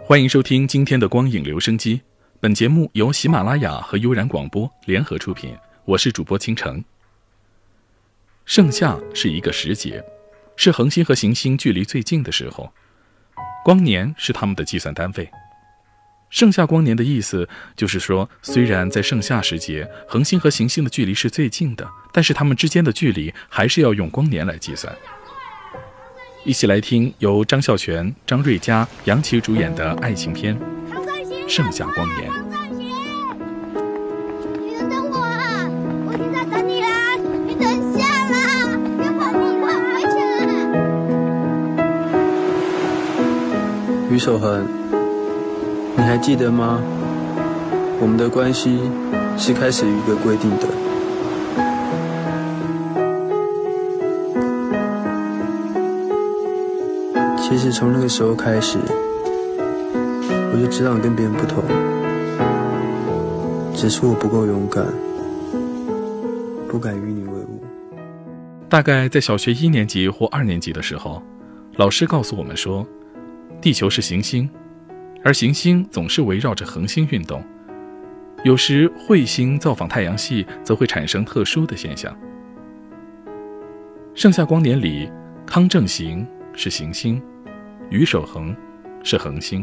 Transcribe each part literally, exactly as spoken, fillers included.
欢迎收听今天的光影留声机，本节目由喜马拉雅和悠然广播联合出品，我是主播倾城。盛夏是一个时节，是恒星和行星距离最近的时候，光年是他们的计算单位。盛夏光年的意思就是说，虽然在盛夏时节恒星和行星的距离是最近的，但是它们之间的距离还是要用光年来计算。一起来听由张孝全、张瑞佳、杨奇主演的爱情片《盛夏光年》。 你能等我啊？我已经在等你了，你等下啦！别跑，你快回去。于守恒，你还记得吗？我们的关系是开始于一个规定的。其实从那个时候开始，我就知道你跟别人不同，只是我不够勇敢，不敢与你为伍。 大概在小学一年级或二年级的时候，老师告诉我们说，地球是行星，而行星总是围绕着恒星运动，有时彗星造访太阳系则会产生特殊的现象。盛夏光年里，康正行是行星，于守恒是恒星，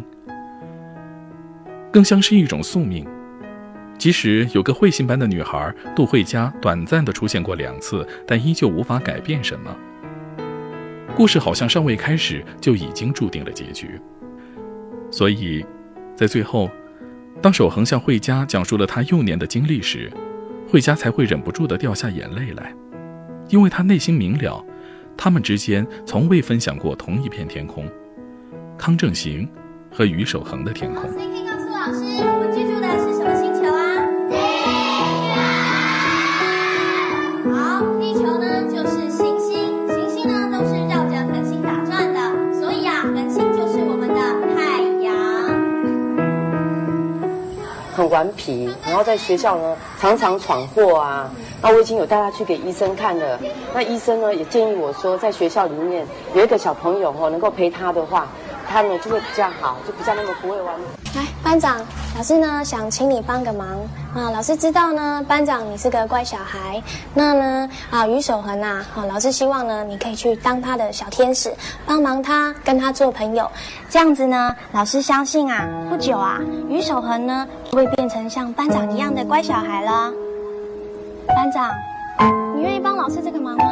更像是一种宿命。即使有个彗星般的女孩杜慧佳短暂地出现过两次，但依旧无法改变什么。故事好像尚未开始就已经注定了结局。所以在最后，当守恒向慧佳讲述了他幼年的经历时，慧佳才会忍不住地掉下眼泪来，因为他内心明了，他们之间从未分享过同一片天空，康正行和于守恒的天空。 谁可以告诉老师，我们居住的是什么星球啊？地球。好，地球呢就是行星，行星呢都是绕着恒星打转的，所以啊，恒星就是我们的太阳。 很顽皮，然后在学校呢常常闯祸啊。那我已经有带他去给医生看了，那医生呢也建议我说，在学校里面有一个小朋友哦能够陪他的话，他呢就会比较好，就比较那么不会玩。 来，班长，老师呢想请你帮个忙啊。老师知道呢，班长你是个乖小孩，那呢啊于守恒啊，好，老师希望呢你可以去当他的小天使，帮忙他跟他做朋友，这样子呢，老师相信啊，不久啊，于守恒呢会变成像班长一样的乖小孩了。班长，你愿意帮老师这个忙吗？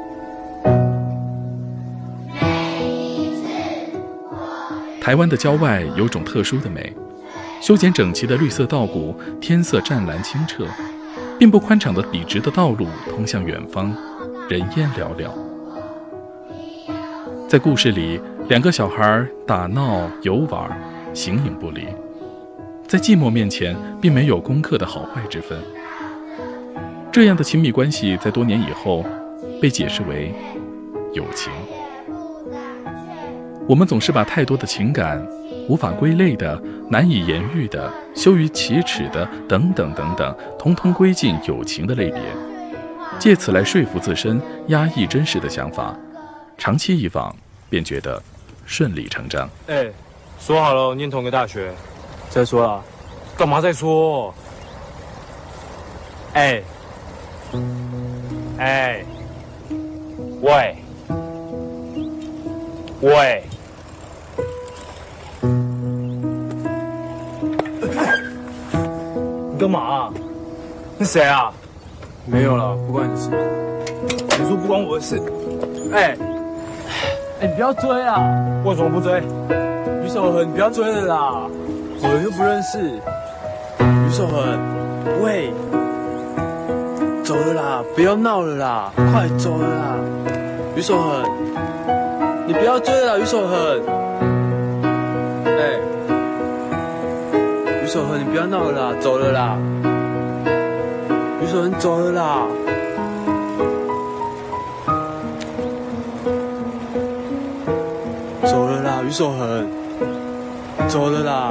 台湾的郊外有种特殊的美，修剪整齐的绿色稻谷，天色湛蓝清澈，并不宽敞的笔直的道路通向远方，人烟寥寥。在故事里，两个小孩打闹游玩，形影不离，在寂寞面前并没有攻克的好坏之分。这样的亲密关系在多年以后被解释为友情。我们总是把太多的情感，无法归类的、难以言喻的、羞于启齿的等等等等，统统归进友情的类别，借此来说服自身，压抑真实的想法，长期以往便觉得顺理成章。 哎，说好了念同个大学， 再说了， 干嘛再说？哎，哎，喂，喂。你干嘛啊？是谁啊？ 没有了，不关你事。 你说不关我的事？哎， 哎，你不要追啊！ 为什么不追？ 于守恒，你不要追了啦，我们又不认识。于守恒，喂，走了啦，不要闹了啦，快走了啦！于守恒，你不要追了啦，于守恒。哎。于守恒，你不要闹了啦，走了啦！于守恒，走了啦！走了啦，于守恒，走了啦！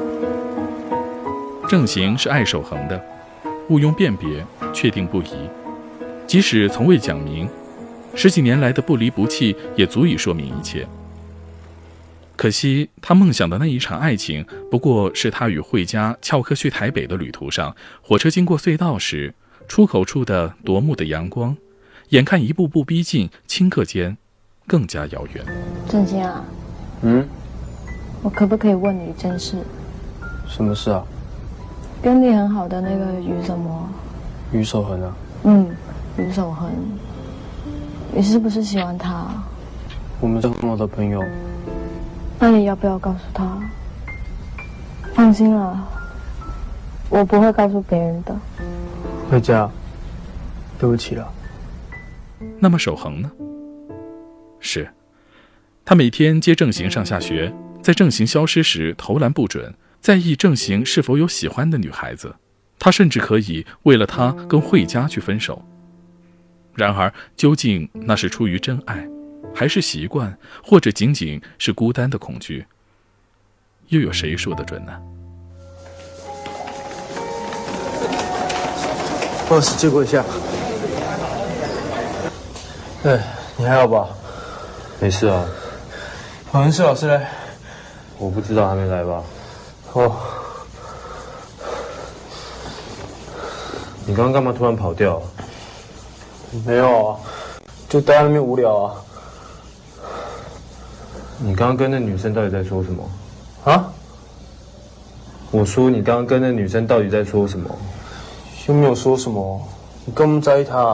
正行是爱守恒的，毋庸辨别，确定不疑。即使从未讲明，十几年来的不离不弃也足以说明一切。 可惜他梦想的那一场爱情，不过是他与慧佳翘课去台北的旅途上，火车经过隧道时，出口处的夺目的阳光，眼看一步步逼近，顷刻间更加遥远。 正兴啊， 嗯， 我可不可以问你一件事？ 什么事啊？ 跟你很好的那个于什么？ 于守恒啊。 嗯，于守恒，你是不是喜欢他？ 我们是很好的朋友。 那你要不要告诉他？放心啦，我不会告诉别人的。 慧佳，对不起了。 那么守恒呢？是，他每天接正行上下学，在正行消失时投篮不准，在意正行是否有喜欢的女孩子，他甚至可以为了她跟慧佳去分手。然而究竟那是出于真爱，还是习惯，或者仅仅是孤单的恐惧，又有谁说得准呢？ 不好意思，借过一下。哎，你还好吧？ 没事啊。 好像是老师嘞。 我不知道，还没来吧？ 哦。 你刚刚干嘛突然跑掉啊？ 没有啊，就待在那边无聊啊。 你刚刚跟那女生到底在说什么？ 啊？ 我说你刚刚跟那女生到底在说什么？ 又没有说什么，你根本在意她。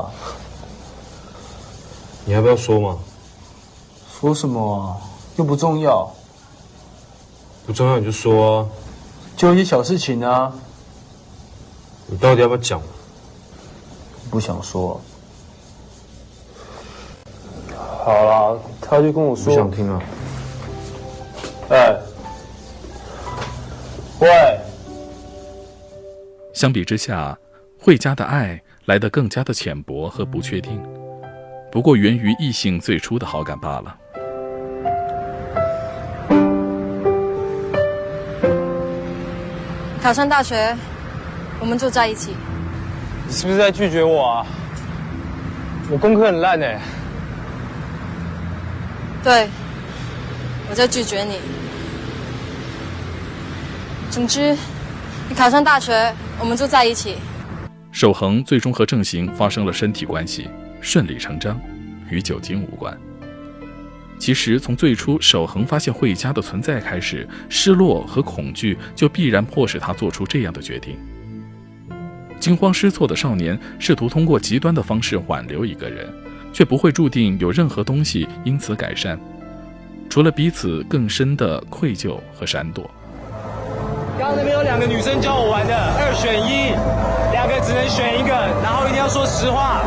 你要不要说嘛？ 说什么啊？又不重要。 不重要你就说啊。 就一些小事情啊。 你到底要不要讲？ 不想说。好啦，他就跟我说。 不想听啊。 哎，喂。 相比之下，慧佳的爱来得更加的浅薄和不确定，不过源于异性最初的好感罢了。 考上大学，我们就在一起。 你是不是在拒绝我啊？我功课很烂哎。 对，我在拒绝你。总之，你考上大学，我们就在一起。 守恒最终和正行发生了身体关系，顺理成章，与酒精无关。其实从最初守恒发现慧佳的存在开始，失落和恐惧就必然迫使他做出这样的决定。惊慌失措的少年试图通过极端的方式挽留一个人，却不会注定有任何东西因此改善，除了彼此更深的愧疚和闪躲。 刚刚那边有两个女生教我玩的，二选一，两个只能选一个，然后一定要说实话。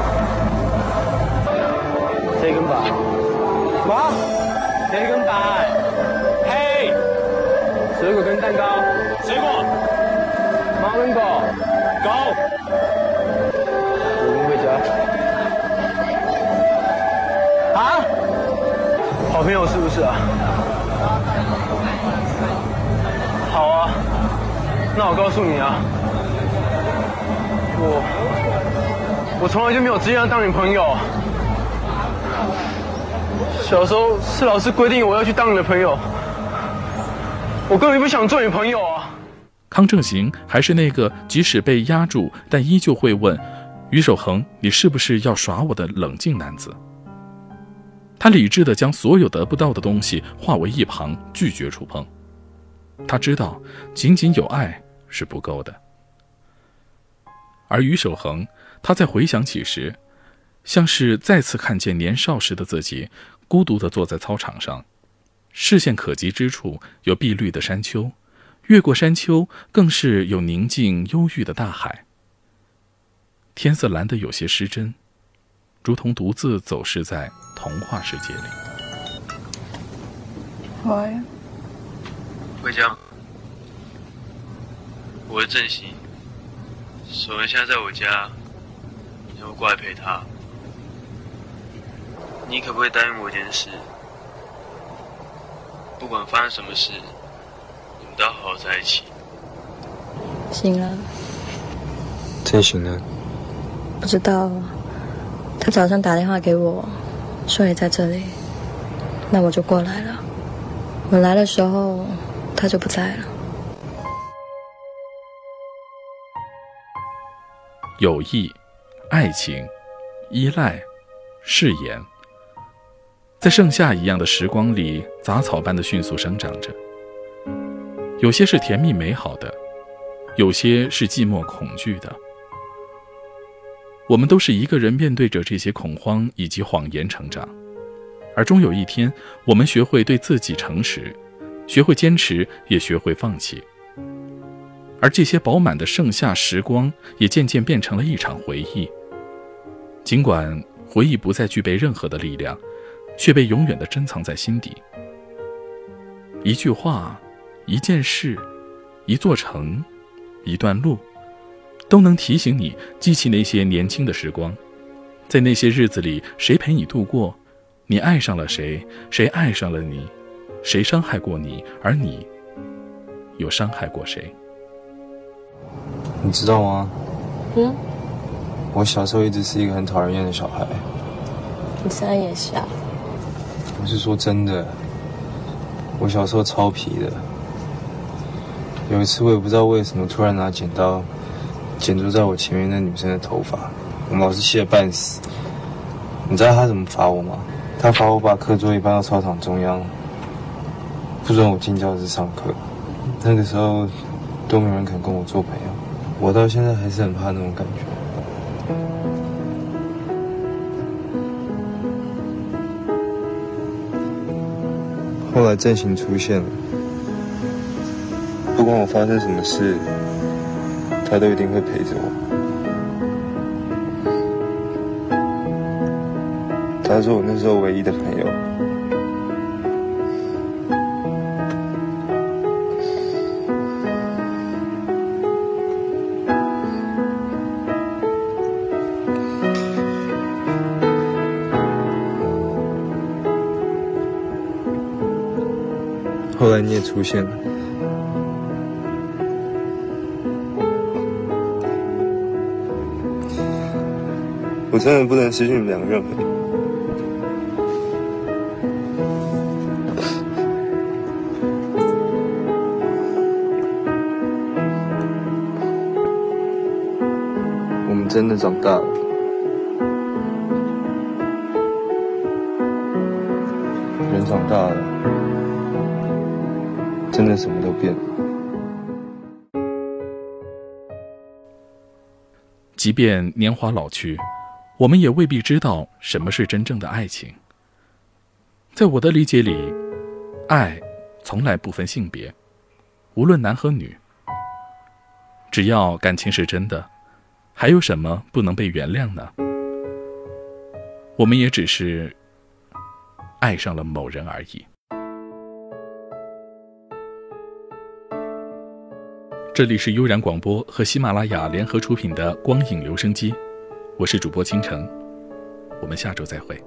这根板。 什么？这根板？嘿， 水果跟蛋糕。 水果。 猫跟狗。 狗。 我跟慧佳。啊？好朋友是不是啊？好啊，那我告诉你啊，我我从来就没有志愿要当你朋友。小时候是老师规定我要去当你的朋友，我根本不想做你朋友啊。 康正行还是那个即使被压住，但依旧会问于守恒你是不是要耍我的冷静男子。他理智地将所有得不到的东西化为一旁，拒绝触碰。他知道仅仅有爱是不够的。而于守恒，他在回想起时，像是再次看见年少时的自己，孤独地坐在操场上，视线可及之处有碧绿的山丘，越过山丘更是有宁静忧郁的大海。天色蓝得有些失真，如同独自走失在童话世界里。 喂。 慧佳，我是正行，守恒现在在我家，你要过来陪他。你可不可以答应我一件事？不管发生什么事，我们都要好好在一起。 行了。 正行呢？ 不知道，他早上打电话给我，说你在这里，那我就过来了。 我来的时候，他就不在了。 友谊、爱情、依赖、誓言，在盛夏一样的时光里，杂草般的迅速生长着。有些是甜蜜美好的，有些是寂寞恐惧的。我们都是一个人面对着这些恐慌以及谎言成长，而终有一天，我们学会对自己诚实，学会坚持，也学会放弃。而这些饱满的盛夏时光，也渐渐变成了一场回忆。尽管回忆不再具备任何的力量，却被永远地珍藏在心底。一句话，一件事，一座城，一段路，都能提醒你记起那些年轻的时光。在那些日子里，谁陪你度过？你爱上了谁？谁爱上了你？谁伤害过你？而你又伤害过谁？ 你知道吗？ 嗯？ 我小时候一直是一个很讨人厌的小孩。 你现在也是啊？ 我是说真的，我小时候超皮的。有一次我也不知道为什么，突然拿剪刀剪住在我前面那女生的头发，我们老师气得半死。你知道他怎么罚我吗？他罚我把课桌椅搬到操场中央，不准我进教室上课。那个时候都没人肯跟我做朋友，我到现在还是很怕那种感觉。后来阵型出现了，不管我发生什么事，他都一定会陪着我。他是我那时候唯一的朋友。后来你也出现了，我真的不能失去你们两个任何人。我们真的长大了，人长大了。真的什么都变了。 即便年华老去，我们也未必知道什么是真正的爱情。在我的理解里，爱从来不分性别，无论男和女。只要感情是真的，还有什么不能被原谅呢？我们也只是爱上了某人而已。这里是悠然广播和喜马拉雅联合出品的光影留声机，我是主播倾城，我们下周再会。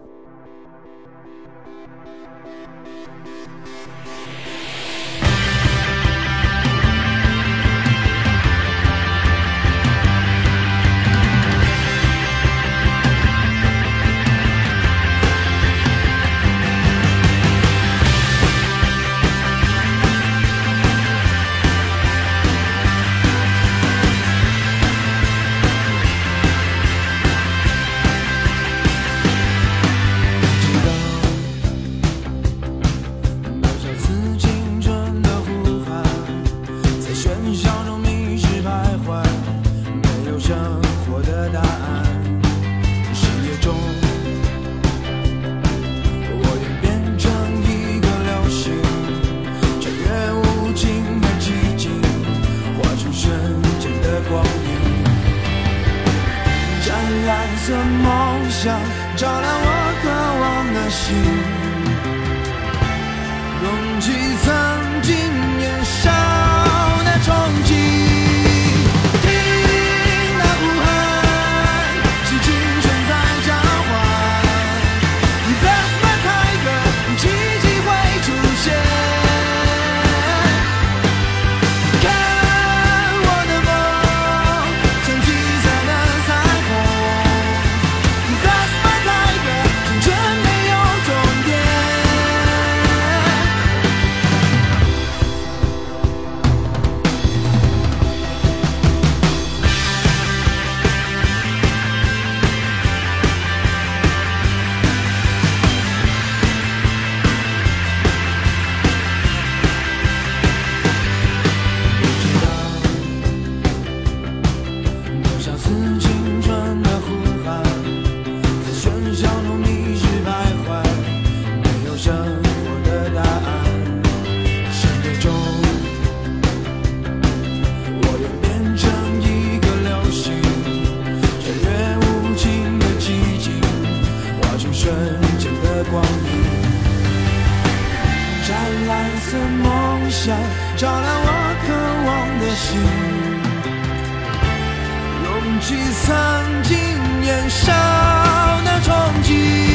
照亮我渴望的心，涌起曾经年少的憧憬。听那呼喊，是青春在召唤。That's my tiger， 奇迹会出现。看我的梦，像七彩的彩虹。That's my tiger， 青春没有终点。 下，照亮我渴望的心，涌起曾经年少的憧憬。